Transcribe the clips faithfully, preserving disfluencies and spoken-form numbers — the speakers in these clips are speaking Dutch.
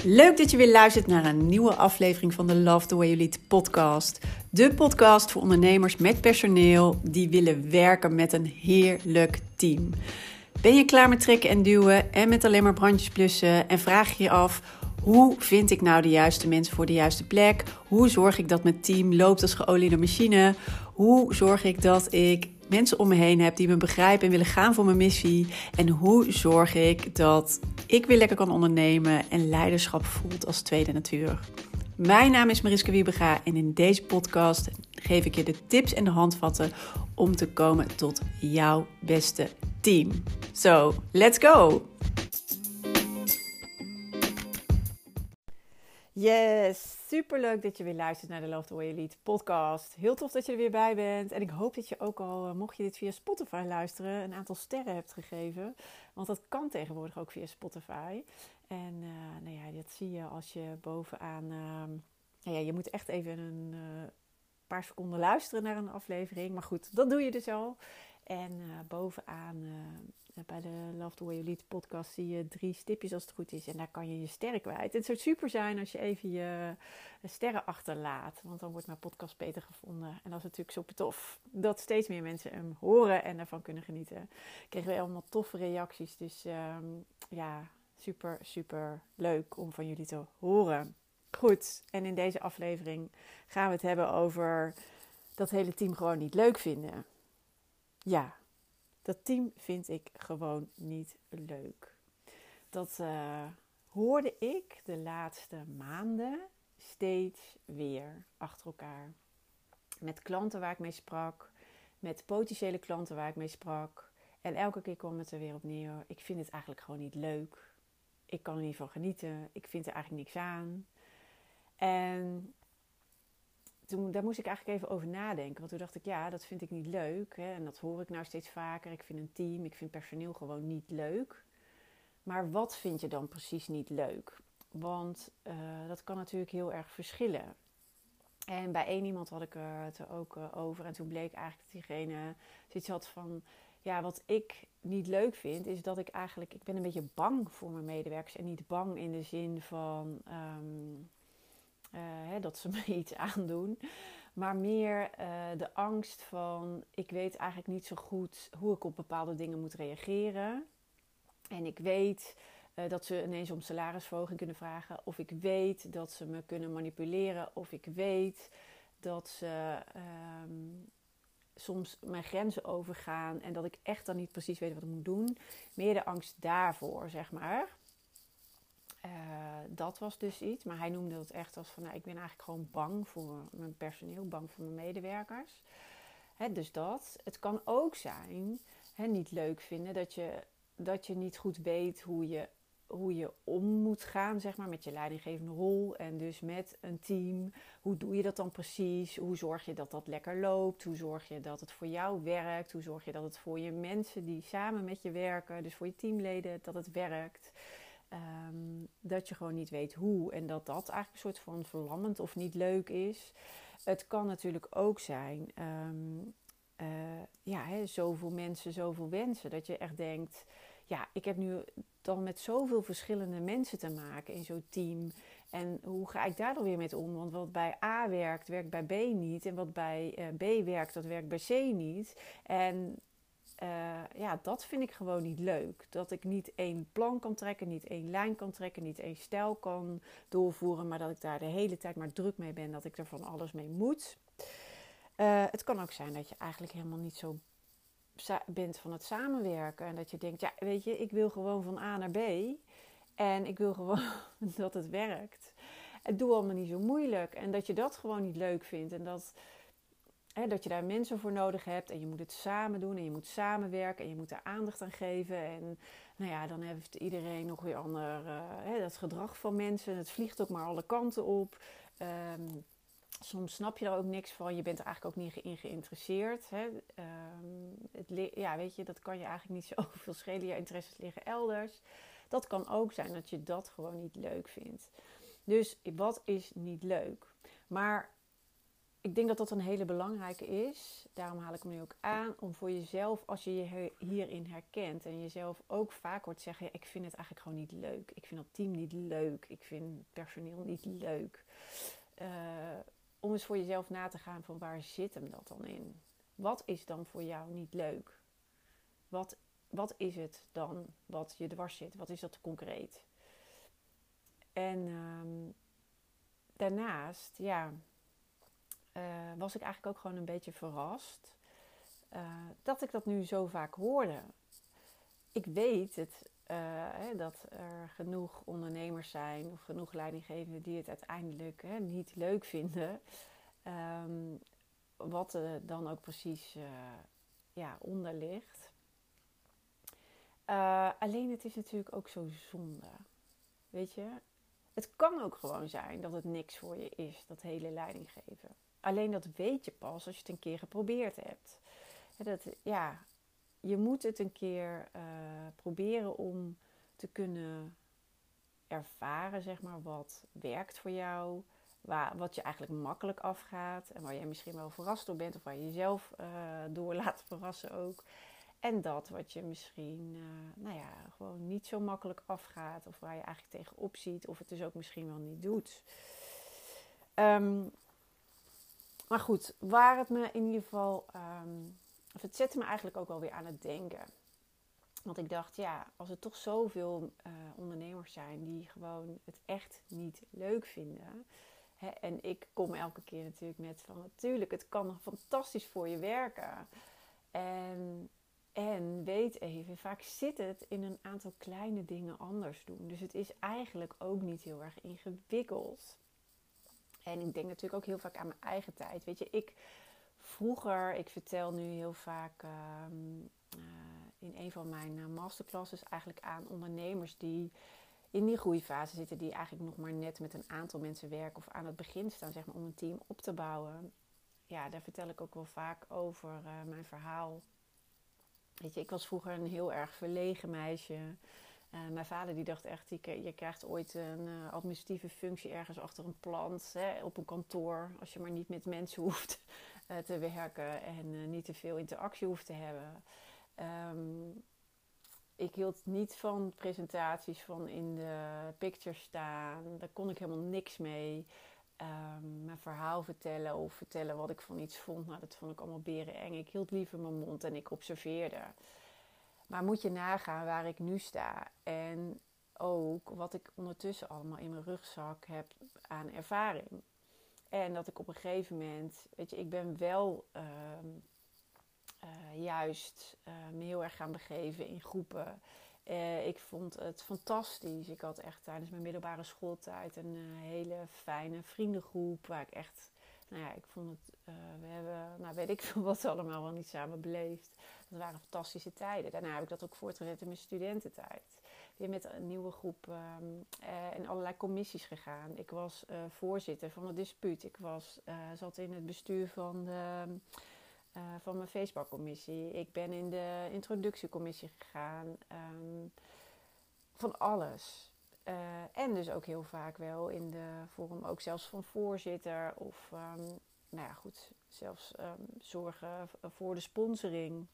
Leuk dat je weer luistert naar een nieuwe aflevering van de Love the Way You Lead podcast. De podcast voor ondernemers met personeel die willen werken met een heerlijk team. Ben je klaar met trekken en duwen en met alleen maar brandjes blussen en vraag je je af: hoe vind ik nou de juiste mensen voor de juiste plek? Hoe zorg ik dat mijn team loopt als geoliede machine? Hoe zorg ik dat ik mensen om me heen heb die me begrijpen en willen gaan voor mijn missie? En hoe zorg ik dat ik weer lekker kan ondernemen en leiderschap voelt als tweede natuur? Mijn naam is Mariska Wiebega en in deze podcast geef ik je de tips en de handvatten om te komen tot jouw beste team. So, let's go! Yes, superleuk dat je weer luistert naar de Love the Way You Lead podcast. Heel tof dat je er weer bij bent. En ik hoop dat je ook al, mocht je dit via Spotify luisteren, een aantal sterren hebt gegeven. Want dat kan tegenwoordig ook via Spotify. En uh, nou ja, dat zie je als je bovenaan... Uh, nou ja, je moet echt even een uh, paar seconden luisteren naar een aflevering. Maar goed, dat doe je dus al. En uh, bovenaan... Uh, Bij de Love the Way You Lead podcast zie je drie stipjes als het goed is. En daar kan je je sterren kwijt. Het zou super zijn als je even je sterren achterlaat. Want dan wordt mijn podcast beter gevonden. En dat is natuurlijk super tof. Dat steeds meer mensen hem horen en ervan kunnen genieten. Ik kreeg weer allemaal toffe reacties. Dus um, ja, super, super leuk om van jullie te horen. Goed, en in deze aflevering gaan we het hebben over dat hele team gewoon niet leuk vinden. Ja. Dat team vind ik gewoon niet leuk. Dat uh, hoorde ik de laatste maanden steeds weer achter elkaar. Met klanten waar ik mee sprak. Met potentiële klanten waar ik mee sprak. En elke keer kwam het er weer op neer. Ik vind het eigenlijk gewoon niet leuk. Ik kan er niet van genieten. Ik vind er eigenlijk niks aan. En... Toen, daar moest ik eigenlijk even over nadenken. Want toen dacht ik, ja, dat vind ik niet leuk. Hè? En dat hoor ik nou steeds vaker. Ik vind een team, ik vind personeel gewoon niet leuk. Maar wat vind je dan precies niet leuk? Want uh, dat kan natuurlijk heel erg verschillen. En bij één iemand had ik het er ook uh, over. En toen bleek eigenlijk dat diegene zoiets had van... Ja, wat ik niet leuk vind, is dat ik eigenlijk... Ik ben een beetje bang voor mijn medewerkers. En niet bang in de zin van... Um, Uh, hè, dat ze me iets aandoen. Maar meer uh, de angst van... Ik weet eigenlijk niet zo goed hoe ik op bepaalde dingen moet reageren. En ik weet uh, dat ze ineens om salarisverhoging kunnen vragen. Of ik weet dat ze me kunnen manipuleren. Of ik weet dat ze um, soms mijn grenzen overgaan. En dat ik echt dan niet precies weet wat ik moet doen. Meer de angst daarvoor, zeg maar. Uh, dat was dus iets, maar hij noemde het echt als van, nou, ik ben eigenlijk gewoon bang voor mijn personeel, bang voor mijn medewerkers. Hè, dus dat. Het kan ook zijn, hè, niet leuk vinden, dat je, dat je niet goed weet hoe je, hoe je om moet gaan, zeg maar, met je leidinggevende rol en dus met een team. Hoe doe je dat dan precies? Hoe zorg je dat dat lekker loopt? Hoe zorg je dat het voor jou werkt? Hoe zorg je dat het voor je mensen die samen met je werken, dus voor je teamleden, dat het werkt? Um, dat je gewoon niet weet hoe en dat dat eigenlijk een soort van verlammend of niet leuk is. Het kan natuurlijk ook zijn, um, uh, ja, hè, zoveel mensen, zoveel wensen. Dat je echt denkt, ja, ik heb nu dan met zoveel verschillende mensen te maken in zo'n team. En hoe ga ik daar dan weer mee om? Want wat bij A werkt, werkt bij B niet. En wat bij uh, B werkt, dat werkt bij C niet. En... Uh, ja, dat vind ik gewoon niet leuk. Dat ik niet één plan kan trekken, niet één lijn kan trekken, niet één stijl kan doorvoeren, maar dat ik daar de hele tijd maar druk mee ben, dat ik er van alles mee moet. Uh, het kan ook zijn dat je eigenlijk helemaal niet zo sa- bent van het samenwerken. En dat je denkt, ja, weet je, ik wil gewoon van A naar B. En ik wil gewoon dat het werkt. Het doe allemaal niet zo moeilijk. En dat je dat gewoon niet leuk vindt. En dat... He, dat je daar mensen voor nodig hebt en je moet het samen doen en je moet samenwerken en je moet daar aandacht aan geven. En nou ja, dan heeft iedereen nog weer ander, uh, he, dat gedrag van mensen. Het vliegt ook maar alle kanten op. Um, soms snap je er ook niks van. Je bent er eigenlijk ook niet in geïnteresseerd. Hè. Um, het li- ja, weet je, dat kan je eigenlijk niet zoveel schelen. Je interesses liggen elders. Dat kan ook zijn dat je dat gewoon niet leuk vindt. Dus wat is niet leuk? Maar... ik denk dat dat een hele belangrijke is. Daarom haal ik hem nu ook aan. Om voor jezelf, als je je hierin herkent. En jezelf ook vaak hoort zeggen. Ja, ik vind het eigenlijk gewoon niet leuk. Ik vind dat team niet leuk. Ik vind het personeel niet leuk. Uh, om eens voor jezelf na te gaan van waar zit hem dat dan in? Wat is dan voor jou niet leuk? Wat, wat is het dan wat je dwars zit? Wat is dat concreet? En um, daarnaast, ja... Uh, was ik eigenlijk ook gewoon een beetje verrast uh, dat ik dat nu zo vaak hoorde. Ik weet het, uh, hè, dat er genoeg ondernemers zijn of genoeg leidinggevenden die het uiteindelijk hè, niet leuk vinden. Um, wat er dan ook precies uh, ja, onder ligt. Uh, alleen het is natuurlijk ook zo zonde. Weet je, het kan ook gewoon zijn dat het niks voor je is, dat hele leidinggeven. Alleen dat weet je pas als je het een keer geprobeerd hebt. Dat, ja, je moet het een keer uh, proberen om te kunnen ervaren, zeg maar, wat werkt voor jou. Waar, wat je eigenlijk makkelijk afgaat. En waar je misschien wel verrast door bent. Of waar je jezelf uh, door laat verrassen ook. En dat wat je misschien uh, nou ja, gewoon niet zo makkelijk afgaat. Of waar je eigenlijk tegenop ziet. Of het dus ook misschien wel niet doet. Um, Maar goed, waar het me in ieder geval... Um, of het zette me eigenlijk ook wel weer aan het denken. Want ik dacht, ja, als er toch zoveel uh, ondernemers zijn... die gewoon het echt niet leuk vinden... Hè, en ik kom elke keer natuurlijk met van... natuurlijk, het kan fantastisch voor je werken. En, en weet even, vaak zit het in een aantal kleine dingen anders doen. Dus het is eigenlijk ook niet heel erg ingewikkeld... En ik denk natuurlijk ook heel vaak aan mijn eigen tijd. Weet je, ik vroeger, ik vertel nu heel vaak uh, uh, in een van mijn uh, masterclasses eigenlijk aan ondernemers die in die groeifase zitten. Die eigenlijk nog maar net met een aantal mensen werken of aan het begin staan, zeg maar, om een team op te bouwen. Ja, daar vertel ik ook wel vaak over uh, mijn verhaal. Weet je, ik was vroeger een heel erg verlegen meisje. Uh, mijn vader die dacht echt, je, je krijgt ooit een uh, administratieve functie ergens achter een plant, hè, op een kantoor. Als je maar niet met mensen hoeft uh, te werken en uh, niet te veel interactie hoeft te hebben. Um, ik hield niet van presentaties, van in de picture staan. Daar kon ik helemaal niks mee. Um, mijn verhaal vertellen of vertellen wat ik van iets vond. Nou, dat vond ik allemaal bereneng. Ik hield liever mijn mond en ik observeerde. Maar moet je nagaan waar ik nu sta. En ook wat ik ondertussen allemaal in mijn rugzak heb aan ervaring. En dat ik op een gegeven moment... Weet je, ik ben wel uh, uh, juist uh, me heel erg gaan begeven in groepen. Uh, ik vond het fantastisch. Ik had echt tijdens mijn middelbare schooltijd een uh, hele fijne vriendengroep. Waar ik echt... Nou ja, ik vond het... Uh, we hebben... Nou, weet ik veel wat allemaal wel niet samen beleefd. Dat waren fantastische tijden. Daarna heb ik dat ook voortgezet in mijn studententijd. Weer met een nieuwe groep um, uh, en allerlei commissies gegaan. Ik was uh, voorzitter van het dispuut. Ik was, uh, zat in het bestuur van, de, uh, van mijn Facebook-commissie. Ik ben in de introductiecommissie gegaan. Um, van alles. Uh, en dus ook heel vaak wel in de vorm ook zelfs van voorzitter. Of, um, nou ja goed, zelfs um, zorgen voor de sponsoring.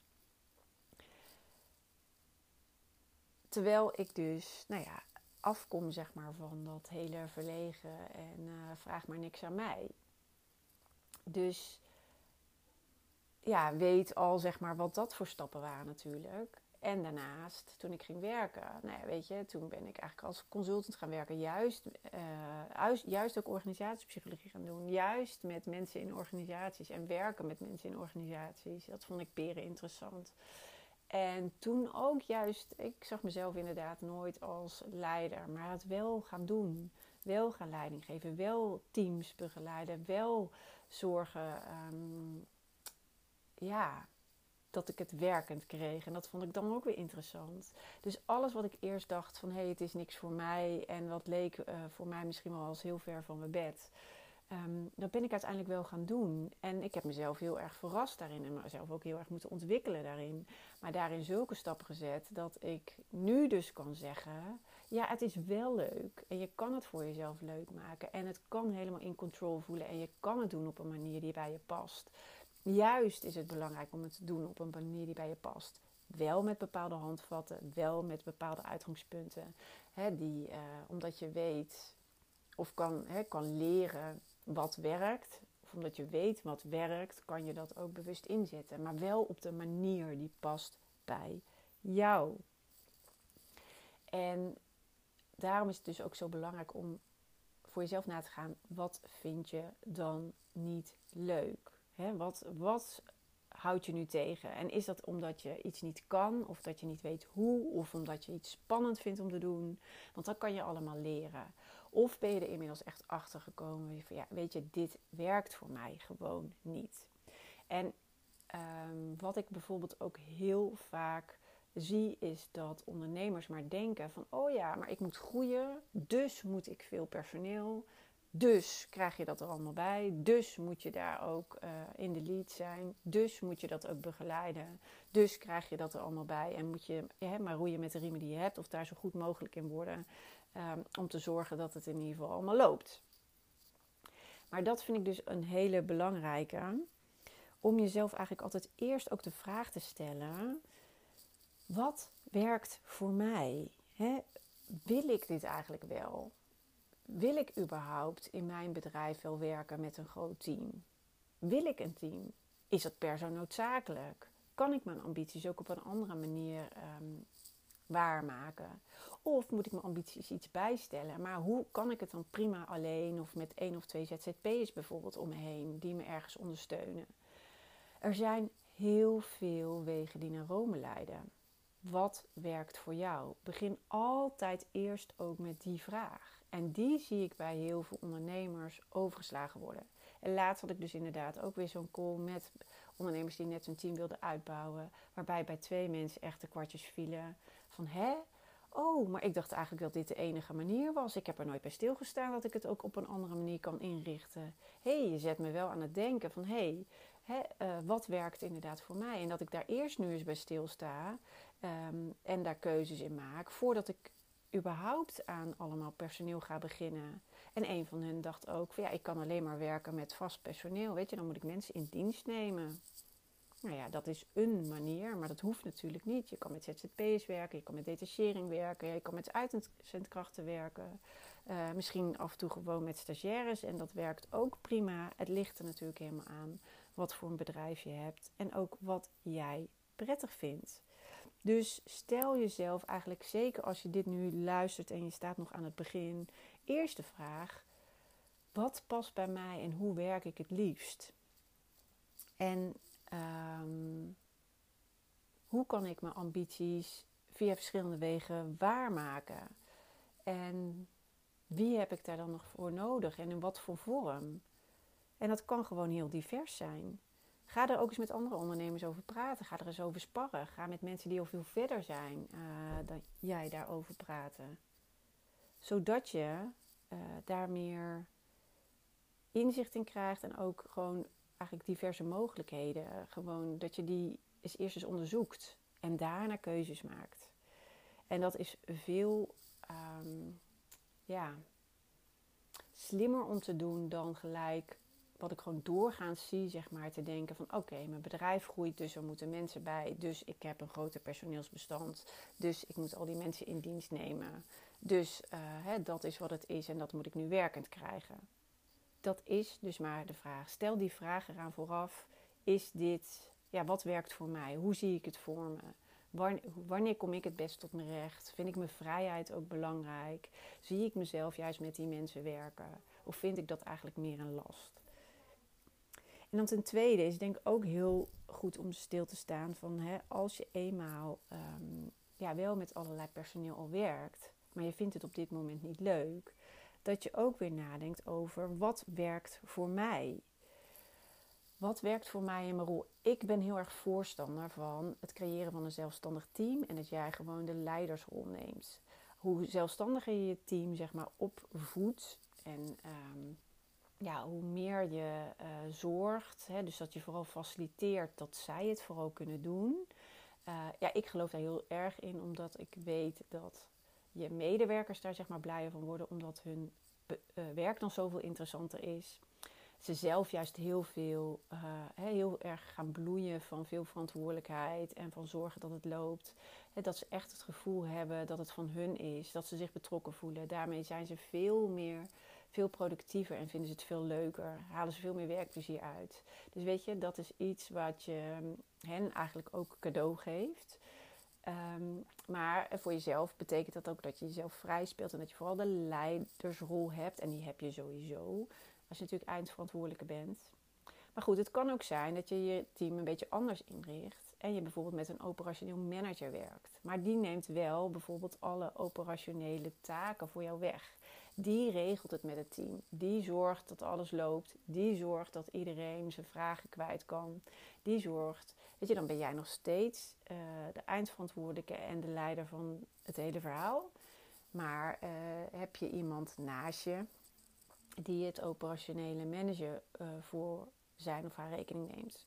Terwijl ik dus, nou ja, afkom zeg maar van dat hele verlegen en uh, vraag maar niks aan mij. Dus ja, weet al zeg maar wat dat voor stappen waren natuurlijk. En daarnaast, toen ik ging werken, nou ja, weet je, toen ben ik eigenlijk als consultant gaan werken. Juist, uh, juist ook organisatiepsychologie gaan doen. Juist met mensen in organisaties en werken met mensen in organisaties. Dat vond ik peren interessant. En toen ook juist, ik zag mezelf inderdaad nooit als leider, maar het wel gaan doen. Wel gaan leiding geven, wel teams begeleiden, wel zorgen, um, ja, dat ik het werkend kreeg. En dat vond ik dan ook weer interessant. Dus alles wat ik eerst dacht van, hé, hey, het is niks voor mij en wat leek uh, voor mij misschien wel als heel ver van mijn bed. um, dat ben ik uiteindelijk wel gaan doen. En ik heb mezelf heel erg verrast daarin en mezelf ook heel erg moeten ontwikkelen daarin. Maar daarin zulke stappen gezet dat ik nu dus kan zeggen, ja, het is wel leuk. En je kan het voor jezelf leuk maken. En het kan helemaal in control voelen. En je kan het doen op een manier die bij je past. Juist is het belangrijk om het te doen op een manier die bij je past. Wel met bepaalde handvatten, wel met bepaalde uitgangspunten. Hè, die, uh, omdat je weet of kan, hè, kan leren wat werkt. Of omdat je weet wat werkt, kan je dat ook bewust inzetten. Maar wel op de manier die past bij jou. En daarom is het dus ook zo belangrijk om voor jezelf na te gaan. Wat vind je dan niet leuk? Hè, wat, wat houdt je nu tegen? En is dat omdat je iets niet kan? Of dat je niet weet hoe? Of omdat je iets spannend vindt om te doen? Want dat kan je allemaal leren. Of ben je er inmiddels echt achter gekomen van ja, weet je, dit werkt voor mij gewoon niet. En um, wat ik bijvoorbeeld ook heel vaak zie is dat ondernemers maar denken van oh ja, maar ik moet groeien, dus moet ik veel personeel. Dus krijg je dat er allemaal bij. Dus moet je daar ook uh, in de lead zijn. Dus moet je dat ook begeleiden. Dus krijg je dat er allemaal bij. En moet je ja, maar roeien met de riemen die je hebt. Of daar zo goed mogelijk in worden. Um, om te zorgen dat het in ieder geval allemaal loopt. Maar dat vind ik dus een hele belangrijke. Om jezelf eigenlijk altijd eerst ook de vraag te stellen. Wat werkt voor mij? Hè? Wil ik dit eigenlijk wel? Wil ik überhaupt in mijn bedrijf wel werken met een groot team? Wil ik een team? Is dat per se noodzakelijk? Kan ik mijn ambities ook op een andere manier um, waarmaken? Of moet ik mijn ambities iets bijstellen? Maar hoe kan ik het dan prima alleen of met één of twee Z Z P'ers bijvoorbeeld om me heen die me ergens ondersteunen? Er zijn heel veel wegen die naar Rome leiden. Wat werkt voor jou? Begin altijd eerst ook met die vraag. En die zie ik bij heel veel ondernemers overgeslagen worden. En laatst had ik dus inderdaad ook weer zo'n call met ondernemers die net hun team wilden uitbouwen. Waarbij bij twee mensen echt de kwartjes vielen van hè? Oh, maar ik dacht eigenlijk dat dit de enige manier was. Ik heb er nooit bij stilgestaan dat ik het ook op een andere manier kan inrichten. Hé, hey, je zet me wel aan het denken van hé, hey, uh, wat werkt inderdaad voor mij? En dat ik daar eerst nu eens bij stilsta um, en daar keuzes in maak voordat ik überhaupt aan allemaal personeel ga beginnen. En een van hen dacht ook van ja, ik kan alleen maar werken met vast personeel. Weet je, dan moet ik mensen in dienst nemen. Nou ja, dat is een manier, maar dat hoeft natuurlijk niet. Je kan met Z Z P'ers werken, je kan met detachering werken, je kan met uitzendkrachten werken. Uh, misschien af en toe gewoon met stagiaires en dat werkt ook prima. Het ligt er natuurlijk helemaal aan wat voor een bedrijf je hebt en ook wat jij prettig vindt. Dus stel jezelf eigenlijk, zeker als je dit nu luistert en je staat nog aan het begin, eerst de vraag, wat past bij mij en hoe werk ik het liefst? En um, hoe kan ik mijn ambities via verschillende wegen waarmaken? En wie heb ik daar dan nog voor nodig en in wat voor vorm? En dat kan gewoon heel divers zijn. Ga er ook eens met andere ondernemers over praten. Ga er eens over sparren. Ga met mensen die al veel verder zijn uh, dan jij daarover praten. Zodat je uh, daar meer inzicht in krijgt en ook gewoon eigenlijk diverse mogelijkheden. Uh, gewoon dat je die eens eerst eens onderzoekt en daarna keuzes maakt. En dat is veel um, ja, slimmer om te doen dan gelijk wat ik gewoon doorgaans zie, zeg maar, te denken van oké, okay, mijn bedrijf groeit, dus er moeten mensen bij. Dus ik heb een groter personeelsbestand. Dus ik moet al die mensen in dienst nemen. Dus uh, hè, dat is wat het is en dat moet ik nu werkend krijgen. Dat is dus maar de vraag. Stel die vraag eraan vooraf. Is dit, ja, wat werkt voor mij? Hoe zie ik het voor me? Wanneer, wanneer kom ik het best tot mijn recht? Vind ik mijn vrijheid ook belangrijk? Zie ik mezelf juist met die mensen werken? Of vind ik dat eigenlijk meer een last? En dan ten tweede is denk ik ook heel goed om stil te staan van hè, als je eenmaal um, ja, wel met allerlei personeel al werkt, maar je vindt het op dit moment niet leuk, dat je ook weer nadenkt over wat werkt voor mij. Wat werkt voor mij in mijn rol? Ik ben heel erg voorstander van het creëren van een zelfstandig team en dat jij gewoon de leidersrol neemt. Hoe zelfstandiger je je team zeg maar opvoedt en um, ja, hoe meer je uh, zorgt, hè, dus dat je vooral faciliteert dat zij het vooral kunnen doen. Uh, ja, ik geloof daar heel erg in, omdat ik weet dat je medewerkers daar zeg maar blijer van worden, omdat hun uh, werk dan zoveel interessanter is. Ze zelf juist heel veel, uh, heel erg gaan bloeien van veel verantwoordelijkheid en van zorgen dat het loopt. Dat ze echt het gevoel hebben dat het van hun is, dat ze zich betrokken voelen. Daarmee zijn ze veel meer, veel productiever en vinden ze het veel leuker. Halen ze veel meer werkplezier uit. Dus weet je, dat is iets wat je hen eigenlijk ook cadeau geeft. Um, maar voor jezelf betekent dat ook dat je jezelf vrij speelt en dat je vooral de leidersrol hebt. En die heb je sowieso als je natuurlijk eindverantwoordelijke bent. Maar goed, het kan ook zijn dat je je team een beetje anders inricht. En je bijvoorbeeld met een operationeel manager werkt. Maar die neemt wel bijvoorbeeld alle operationele taken voor jou weg. Die regelt het met het team. Die zorgt dat alles loopt. Die zorgt dat iedereen zijn vragen kwijt kan. Die zorgt, weet je, dan ben jij nog steeds uh, de eindverantwoordelijke en de leider van het hele verhaal. Maar uh, heb je iemand naast je die het operationele manager uh, voor zijn of haar rekening neemt.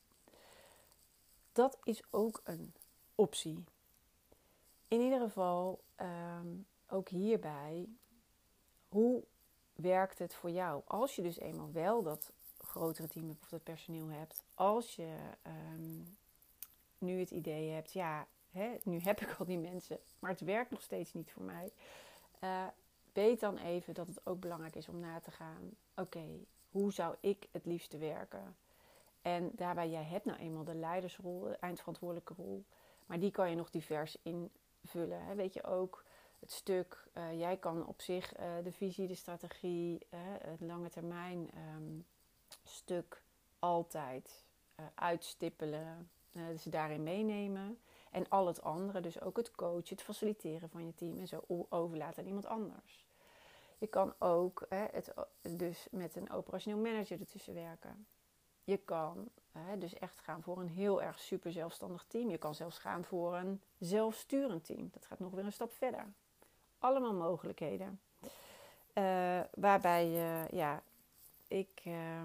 Dat is ook een optie. In ieder geval, um, ook hierbij, hoe werkt het voor jou? Als je dus eenmaal wel dat grotere team hebt of dat personeel hebt, als je um, nu het idee hebt, ja, hè, nu heb ik al die mensen, maar het werkt nog steeds niet voor mij. Uh, weet dan even dat het ook belangrijk is om na te gaan, oké, okay, hoe zou ik het liefste werken? En daarbij, jij hebt nou eenmaal de leidersrol, de eindverantwoordelijke rol. Maar die kan je nog divers invullen. Hè? Weet je ook het stuk, uh, jij kan op zich uh, de visie, de strategie, uh, het lange termijn um, stuk altijd uh, uitstippelen. Uh, dus daarin meenemen. En al het andere, dus ook het coachen, het faciliteren van je team en zo overlaten aan iemand anders. Je kan ook hè, het, dus met een operationeel manager ertussen werken. Je kan hè, dus echt gaan voor een heel erg super zelfstandig team. Je kan zelfs gaan voor een zelfsturend team. Dat gaat nog weer een stap verder. Allemaal mogelijkheden. Uh, waarbij uh, ja, ik uh,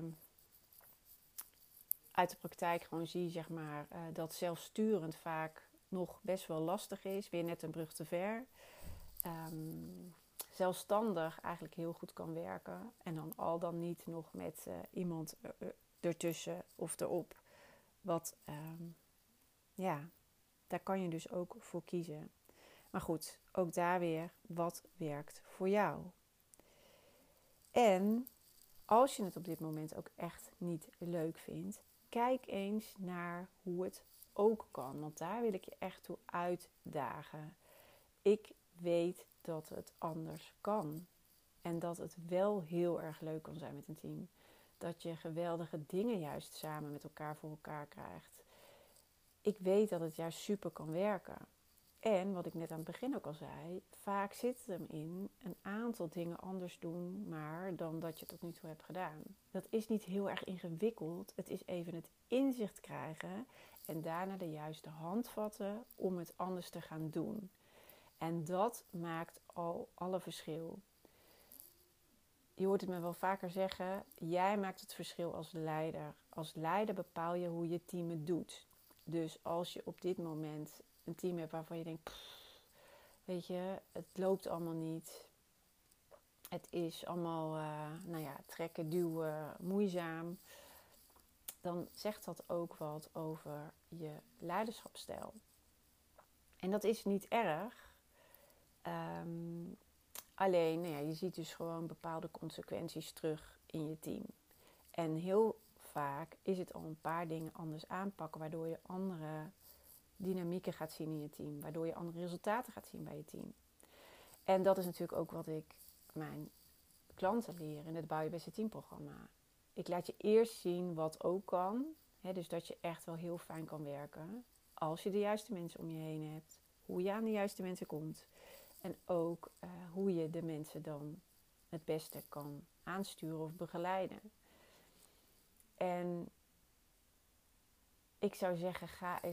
uit de praktijk gewoon zie zeg maar, uh, dat zelfsturend vaak nog best wel lastig is. Weer net een brug te ver. Um, zelfstandig eigenlijk heel goed kan werken. En dan al dan niet nog met uh, iemand uh, ertussen of erop. Wat, um, ja, daar kan je dus ook voor kiezen. Maar goed, ook daar weer, wat werkt voor jou? En als je het op dit moment ook echt niet leuk vindt, kijk eens naar hoe het ook kan. Want daar wil ik je echt toe uitdagen. Ik weet dat het anders kan. En dat het wel heel erg leuk kan zijn met een team. Dat je geweldige dingen juist samen met elkaar voor elkaar krijgt. Ik weet dat het juist super kan werken. En wat ik net aan het begin ook al zei, vaak zit het hem in een aantal dingen anders doen, maar dan dat je tot nu toe hebt gedaan. Dat is niet heel erg ingewikkeld. Het is even het inzicht krijgen en daarna de juiste handvatten om het anders te gaan doen. En dat maakt al alle verschil. Je hoort het me wel vaker zeggen, jij maakt het verschil als leider. Als leider bepaal je hoe je team het doet. Dus als je op dit moment een team hebt waarvan je denkt, pff, weet je, het loopt allemaal niet. Het is allemaal, uh, nou ja, trekken, duwen, moeizaam. Dan zegt dat ook wat over je leiderschapsstijl. En dat is niet erg. Um, alleen, nou ja, je ziet dus gewoon bepaalde consequenties terug in je team. En heel vaak is het al een paar dingen anders aanpakken, waardoor je andere dynamieken gaat zien in je team. Waardoor je andere resultaten gaat zien bij je team. En dat is natuurlijk ook wat ik mijn klanten leer in het Bouw je Beste Team programma. Ik laat je eerst zien wat ook kan. Hè, dus dat je echt wel heel fijn kan werken. Als je de juiste mensen om je heen hebt. Hoe je aan de juiste mensen komt. En ook uh, hoe je de mensen dan het beste kan aansturen of begeleiden. En ik zou zeggen, ga eens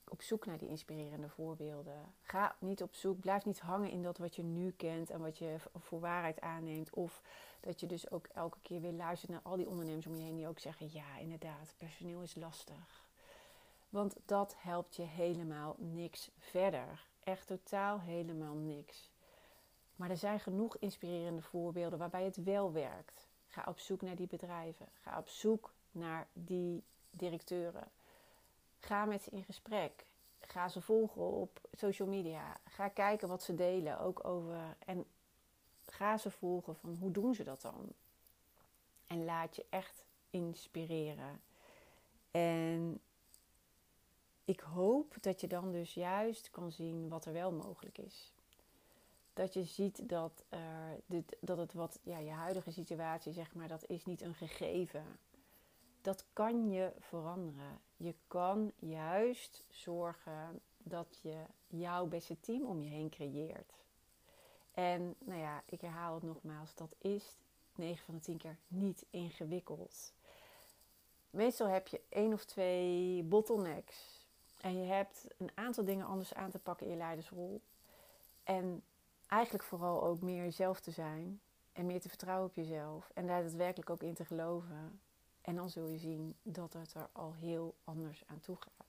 op zoek naar die inspirerende voorbeelden. Ga niet op zoek, blijf niet hangen in dat wat je nu kent en wat je voor waarheid aanneemt. Of dat je dus ook elke keer weer luistert naar al die ondernemers om je heen die ook zeggen, ja inderdaad, personeel is lastig. Want dat helpt je helemaal niks verder. Echt totaal helemaal niks. Maar er zijn genoeg inspirerende voorbeelden waarbij het wel werkt. Ga op zoek naar die bedrijven. Ga op zoek naar die directeuren. Ga met ze in gesprek. Ga ze volgen op social media. Ga kijken wat ze delen. Ook over. En ga ze volgen van hoe doen ze dat dan? En laat je echt inspireren. En ik hoop dat je dan dus juist kan zien wat er wel mogelijk is. Dat je ziet dat, er, dit, dat het wat, ja, je huidige situatie, zeg maar, dat is niet een gegeven. Dat kan je veranderen. Je kan juist zorgen dat je jouw beste team om je heen creëert. En nou ja, ik herhaal het nogmaals, dat is negen van de tien keer niet ingewikkeld. Meestal heb je één of twee bottlenecks. En je hebt een aantal dingen anders aan te pakken in je leidersrol. En eigenlijk vooral ook meer jezelf te zijn. En meer te vertrouwen op jezelf. En daar daadwerkelijk ook in te geloven. En dan zul je zien dat het er al heel anders aan toe gaat.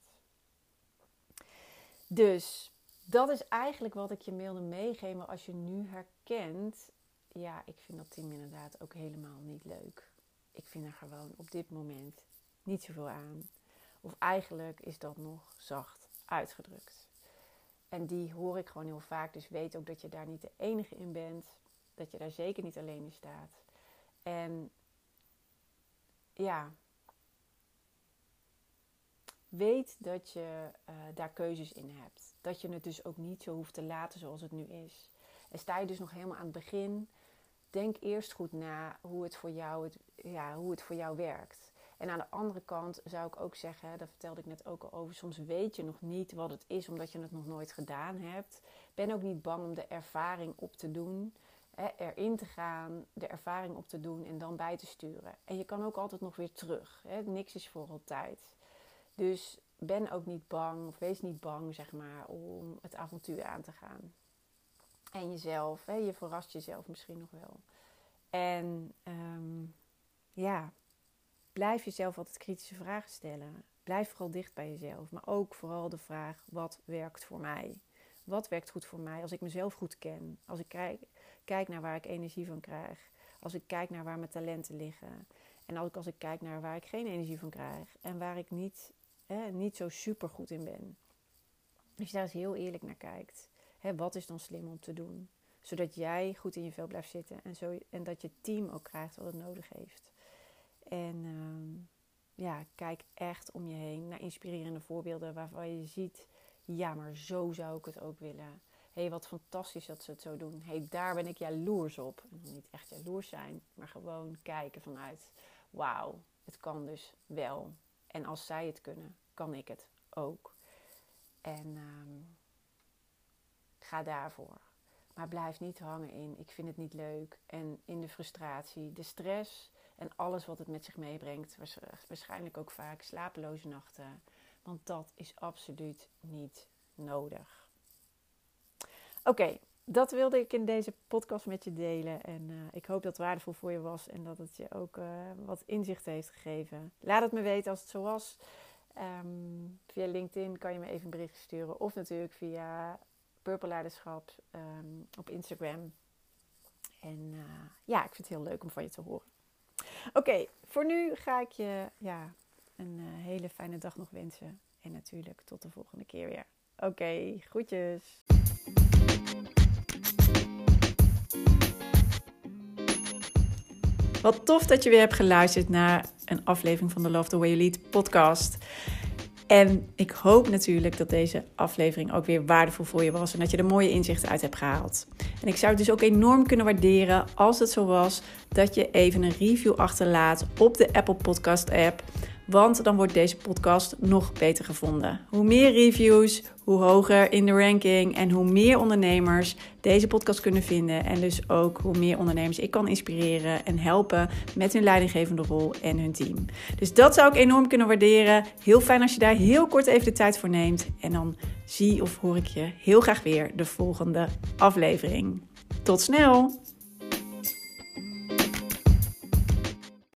Dus dat is eigenlijk wat ik je wilde meegeven. Als je nu herkent, ja, ik vind dat team inderdaad ook helemaal niet leuk. Ik vind er gewoon op dit moment niet zoveel aan. Of eigenlijk is dat nog zacht uitgedrukt. En die hoor ik gewoon heel vaak. Dus weet ook dat je daar niet de enige in bent. Dat je daar zeker niet alleen in staat. En ja, weet dat je uh, daar keuzes in hebt. Dat je het dus ook niet zo hoeft te laten zoals het nu is. En sta je dus nog helemaal aan het begin, denk eerst goed na hoe het voor jou, het, ja, hoe het voor jou werkt. En aan de andere kant zou ik ook zeggen, daar vertelde ik net ook al over, soms weet je nog niet wat het is omdat je het nog nooit gedaan hebt. Ben ook niet bang om de ervaring op te doen, hè, erin te gaan, de ervaring op te doen en dan bij te sturen. En je kan ook altijd nog weer terug. Hè. Niks is voor altijd. Dus ben ook niet bang, of wees niet bang, zeg maar, om het avontuur aan te gaan. En jezelf, hè, je verrast jezelf misschien nog wel. En um, ja, blijf jezelf altijd kritische vragen stellen. Blijf vooral dicht bij jezelf. Maar ook vooral de vraag, wat werkt voor mij? Wat werkt goed voor mij als ik mezelf goed ken? Als ik kijk, kijk naar waar ik energie van krijg. Als ik kijk naar waar mijn talenten liggen. En ook als ik kijk naar waar ik geen energie van krijg. En waar ik niet, hè, niet zo super goed in ben. Als je daar eens heel eerlijk naar kijkt. Hè, wat is dan slim om te doen? Zodat jij goed in je vel blijft zitten. En, zo, en dat je team ook krijgt wat het nodig heeft. En uh, ja, kijk echt om je heen naar inspirerende voorbeelden waarvan je ziet, ja, maar zo zou ik het ook willen. Hé, hey, wat fantastisch dat ze het zo doen. Hé, hey, daar ben ik jaloers op. En niet echt jaloers zijn, maar gewoon kijken vanuit, wauw, het kan dus wel. En als zij het kunnen, kan ik het ook. En um, ga daarvoor. Maar blijf niet hangen in, ik vind het niet leuk. En in de frustratie, de stress en alles wat het met zich meebrengt. Waarschijnlijk ook vaak slapeloze nachten. Want dat is absoluut niet nodig. Oké, okay, dat wilde ik in deze podcast met je delen. En uh, ik hoop dat het waardevol voor je was. En dat het je ook uh, wat inzicht heeft gegeven. Laat het me weten als het zo was. Um, via LinkedIn kan je me even een bericht sturen. Of natuurlijk via Purple Leiderschap um, op Instagram. En uh, ja, ik vind het heel leuk om van je te horen. Oké, okay, voor nu ga ik je ja, een uh, hele fijne dag nog wensen. En natuurlijk tot de volgende keer weer. Oké, okay, groetjes. Wat tof dat je weer hebt geluisterd naar een aflevering van de Love the Way You Lead podcast. En ik hoop natuurlijk dat deze aflevering ook weer waardevol voor je was en dat je er mooie inzichten uit hebt gehaald. En ik zou het dus ook enorm kunnen waarderen als het zo was dat je even een review achterlaat op de Apple Podcast app. Want dan wordt deze podcast nog beter gevonden. Hoe meer reviews, hoe hoger in de ranking en hoe meer ondernemers deze podcast kunnen vinden. En dus ook hoe meer ondernemers ik kan inspireren en helpen met hun leidinggevende rol en hun team. Dus dat zou ik enorm kunnen waarderen. Heel fijn als je daar heel kort even de tijd voor neemt. En dan zie of hoor ik je heel graag weer de volgende aflevering. Tot snel!